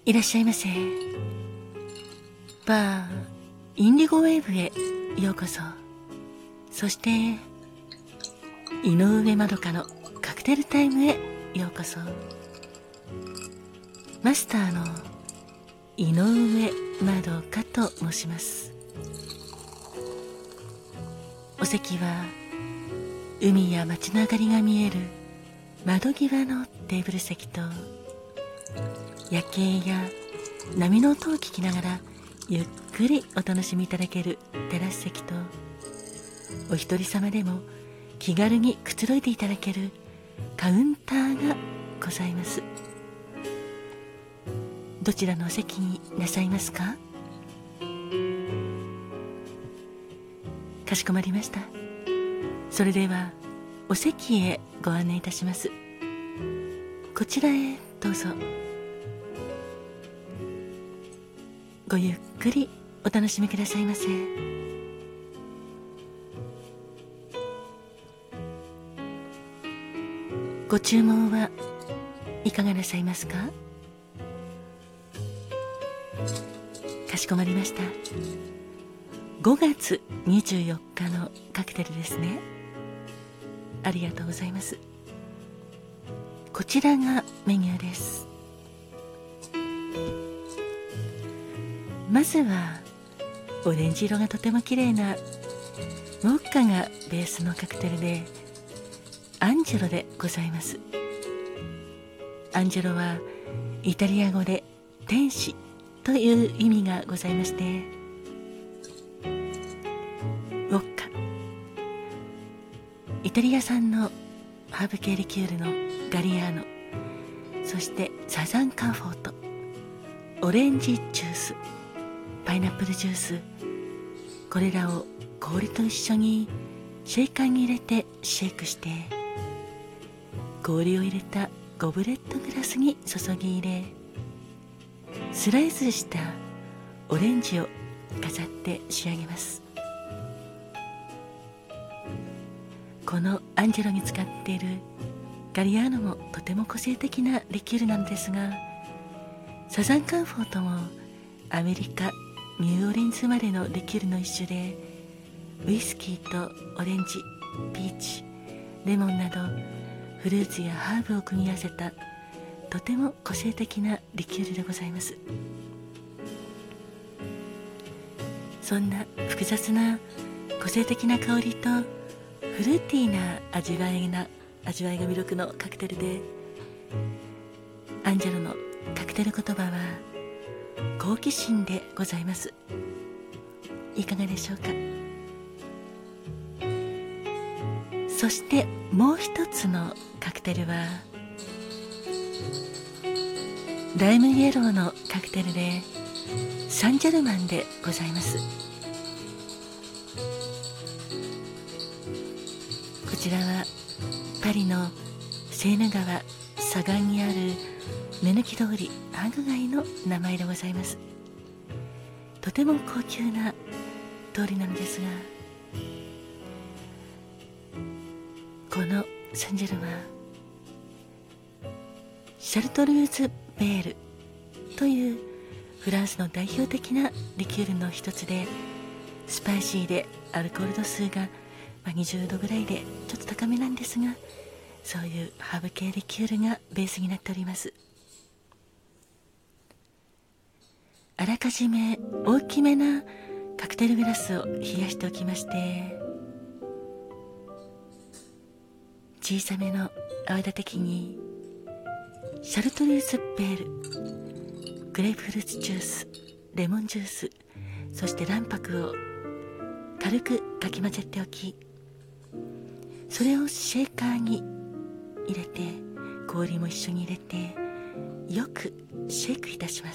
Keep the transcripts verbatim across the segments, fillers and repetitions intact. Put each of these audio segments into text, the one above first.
いらっしゃいませ。バーインディゴウェーブへようこそ。そして井上まどかのカクテルタイムへようこそ。マスターの井上まどかと申します。お席は海や街の明かりが見える窓際のテーブル席と、夜景や波の音を聞きながらゆっくりお楽しみいただけるテラス席と、お一人様でも気軽にくつろいでいただけるカウンターがございます。どちらのお席になさいますか？かしこまりました。それではお席へご案内いたします。こちらへどうぞ。ごゆっくりお楽しみくださいませ。ご注文はいかがなさいますか？かしこまりました。ごがつにじゅうよっかのカクテルですね。ありがとうございます。こちらがメニューです。まずはオレンジ色がとても綺麗なウォッカがベースのカクテルで、アンジェロでございます。アンジェロはイタリア語で天使という意味がございまして、ウォッカ、イタリア産のハーブ系リキュールのガリアーノ、そしてサザンカンフォート、オレンジジュース、パイナップルジュース、これらを氷と一緒にシェイカーに入れてシェイクして、氷を入れたゴブレットグラスに注ぎ入れ、スライスしたオレンジを飾って仕上げます。このアンジェロに使っているガリアーノもとても個性的なリキュールなんですが、サザンカンフォートもアメリカニューオーリンズ生まれのリキュールの一種で、ウイスキーとオレンジ、ピーチ、レモンなどフルーツやハーブを組み合わせたとても個性的なリキュールでございます。そんな複雑な個性的な香りとフルーティーな味わいな味わいが魅力のカクテルで、アンジェロのカクテル言葉は好奇心でございます。いかがでしょうか？そしてもう一つのカクテルはライムイエローのカクテルで、サンジェルマンでございます。こちらはパリのセーヌ川左岸にある目抜き通りハグ街の名前でございます。とても高級な通りなのですが、このサンジェルマン、シャルトルーズベールというフランスの代表的なリキュールの一つで、スパイシーでアルコール度数がにじゅうどぐらいでちょっと高めなんですが、そういうハーブ系リキュールがベースになっております。あらかじめ大きめなカクテルグラスを冷やしておきまして、小さめの泡立て器にシャルトルーズベール、グレープフルーツジュース、レモンジュース、そして卵白を軽くかき混ぜておき、それをシェーカーに入れて、氷も一緒に入れてよくシェイクいたします。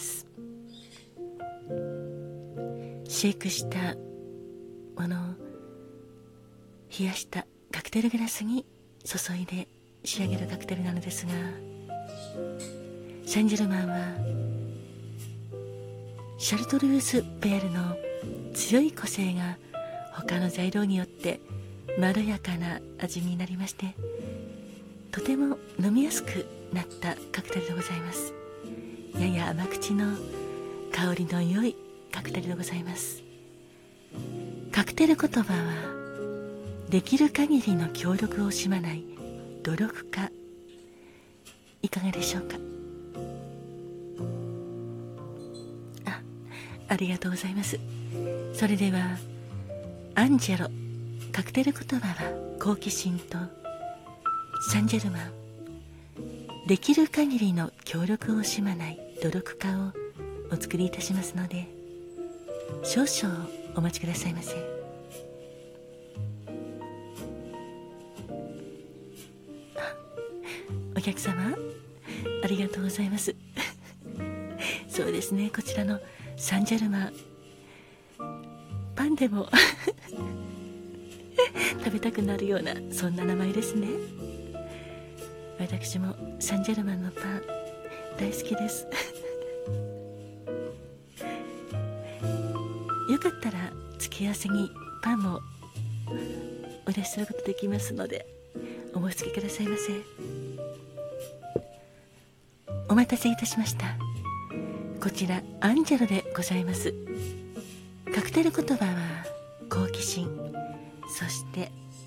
シェイクしたものを冷やしたカクテルグラスに注いで仕上げるカクテルなのですが、サンジェルマンはシャルトルーズベールの強い個性が他の材料によってまろやかな味になりまして、とても飲みやすくなったカクテルでございます。 やや甘口の香りの良いカクテルでございます。カクテル言葉は、できる限りの協力を惜しまない努力家。いかがでしょうか。あ、ありがとうございます。それではアンジェロ、カクテル言葉は好奇心と、サンジェルマン、できる限りの協力を惜しまない努力家をお作りいたしますので、少々お待ちくださいませ。お客様、ありがとうございます。そうですね、こちらのサンジェルマン、パンでも食べたくなるような、そんな名前ですね。私もサンジェルマンのパン大好きです。よかったら付け合わせにパンもお出しすることできますので、お申し付けくださいませ。お待たせいたしました。こちらアンジェロでございます。カクテル言葉は好奇心、そして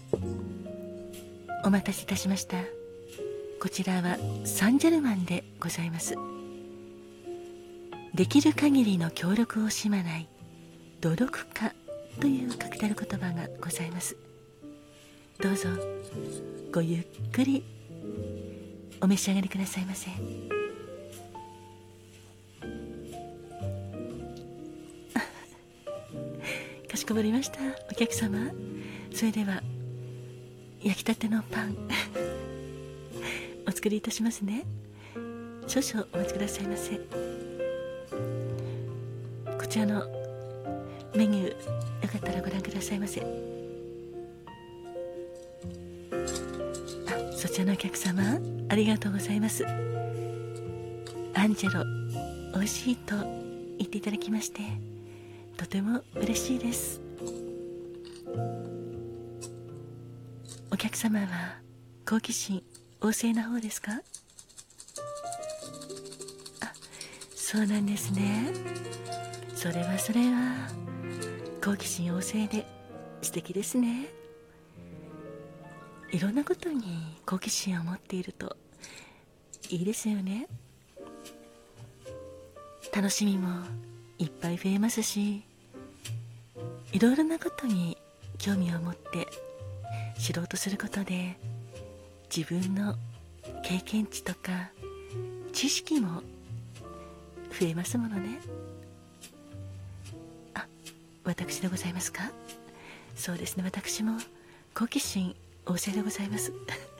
お待たせいたしました。こちらはサンジェルマンでございます。できる限りの協力を惜しまない努力家というカクテル言葉がございます。どうぞごゆっくりお召し上がりくださいませ。かしこまりました、お客様。それでは焼きたてのパンお作りいたしますね。少々お待ちくださいませ。こちらのメニュー、よかったらご覧くださいませ。あ、そちらのお客様、ありがとうございます。アンジェロ、美味しいと言っていただきまして、とても嬉しいです。お客様は好奇心旺盛な方ですか？あ、そうなんですね。それはそれは好奇心旺盛で素敵ですね。いろんなことに好奇心を持っているといいですよね。楽しみもいっぱい増えますし、いろいろなことに興味を持って知ろうとすることで、自分の経験値とか知識も増えますものね。あ、私でございますか？そうですね、私も好奇心旺盛でございます。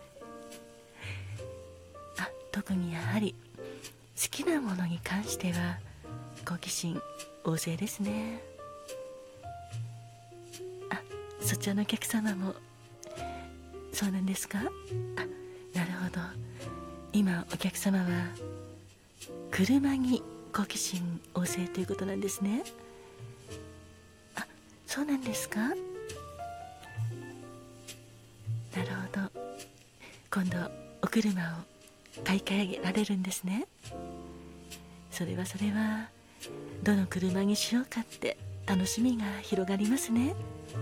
あ、特にやはり好きなものに関しては好奇心旺盛ですね。あ、そちらのお客様もそうなんですか？あ、なるほど。今お客様は車に好奇心旺盛ということなんですね。あ、そうなんですか？なるほど。今度お車を買い替えられるんですね。それはそれはどの車にしようかって楽しみが広がりますね。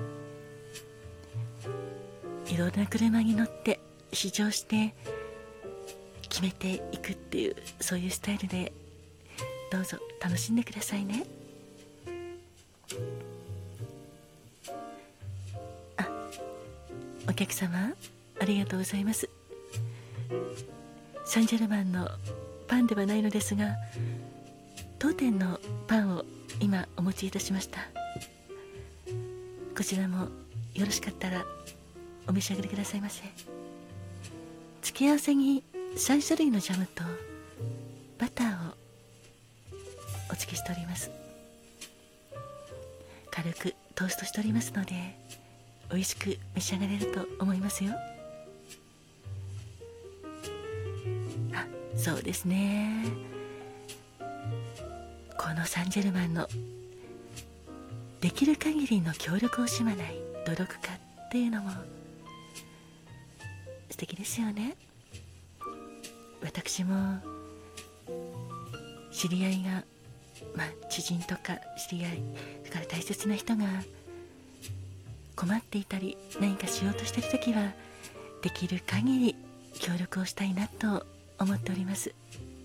いろんな車に乗って試乗して決めていくっていう、そういうスタイルでどうぞ楽しんでくださいね。あ、お客様、ありがとうございます。サンジェルマンのパンではないのですが、当店のパンを今お持ちいたしました。こちらもよろしかったらお召し上がりくださいませ。付け合わせにさん種類のジャムとバターをお付けしております。軽くトーストしておりますので、美味しく召し上がれると思いますよ。あ、そうですね、このサンジェルマンのできる限りの協力を惜しまない努力家っていうのも素敵ですよね。私も知り合いが、まあ、知人とか知り合い、それから大切な人が困っていたり何かしようとしているときは、できる限り協力をしたいなと思っております。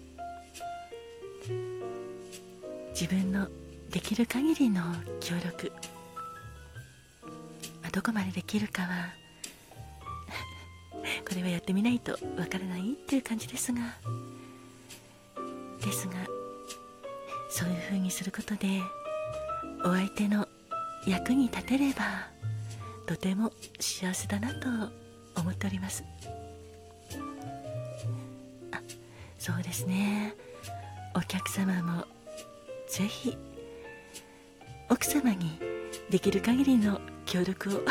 自分のできる限りの協力、まあ、どこまでできるかはこれはやってみないとわからないっていう感じですがですがそういうふうにすることでお相手の役に立てればとても幸せだなと思っております。あ、そうですね、お客様もぜひ奥様にできる限りの協力を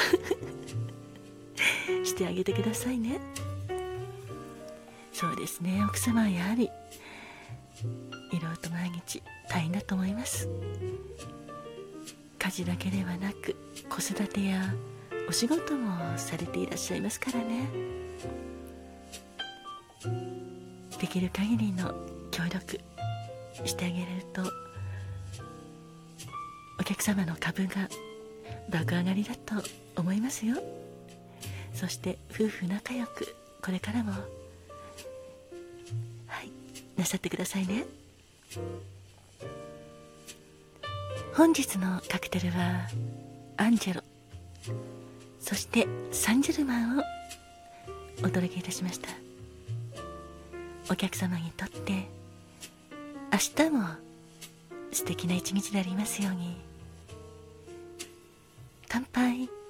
してあげてくださいね。そうですね、奥様はやはりいろいろと毎日大変だと思います。家事だけではなく子育てやお仕事もされていらっしゃいますからね。できる限りの協力してあげるとお客様の株が爆上がりだと思いますよ。そして夫婦仲良くこれからもはいなさってくださいね。本日のカクテルはアンジェロ、そしてサンジェルマンをお届けいたしました。お客様にとって明日も素敵な一日でありますように。乾杯。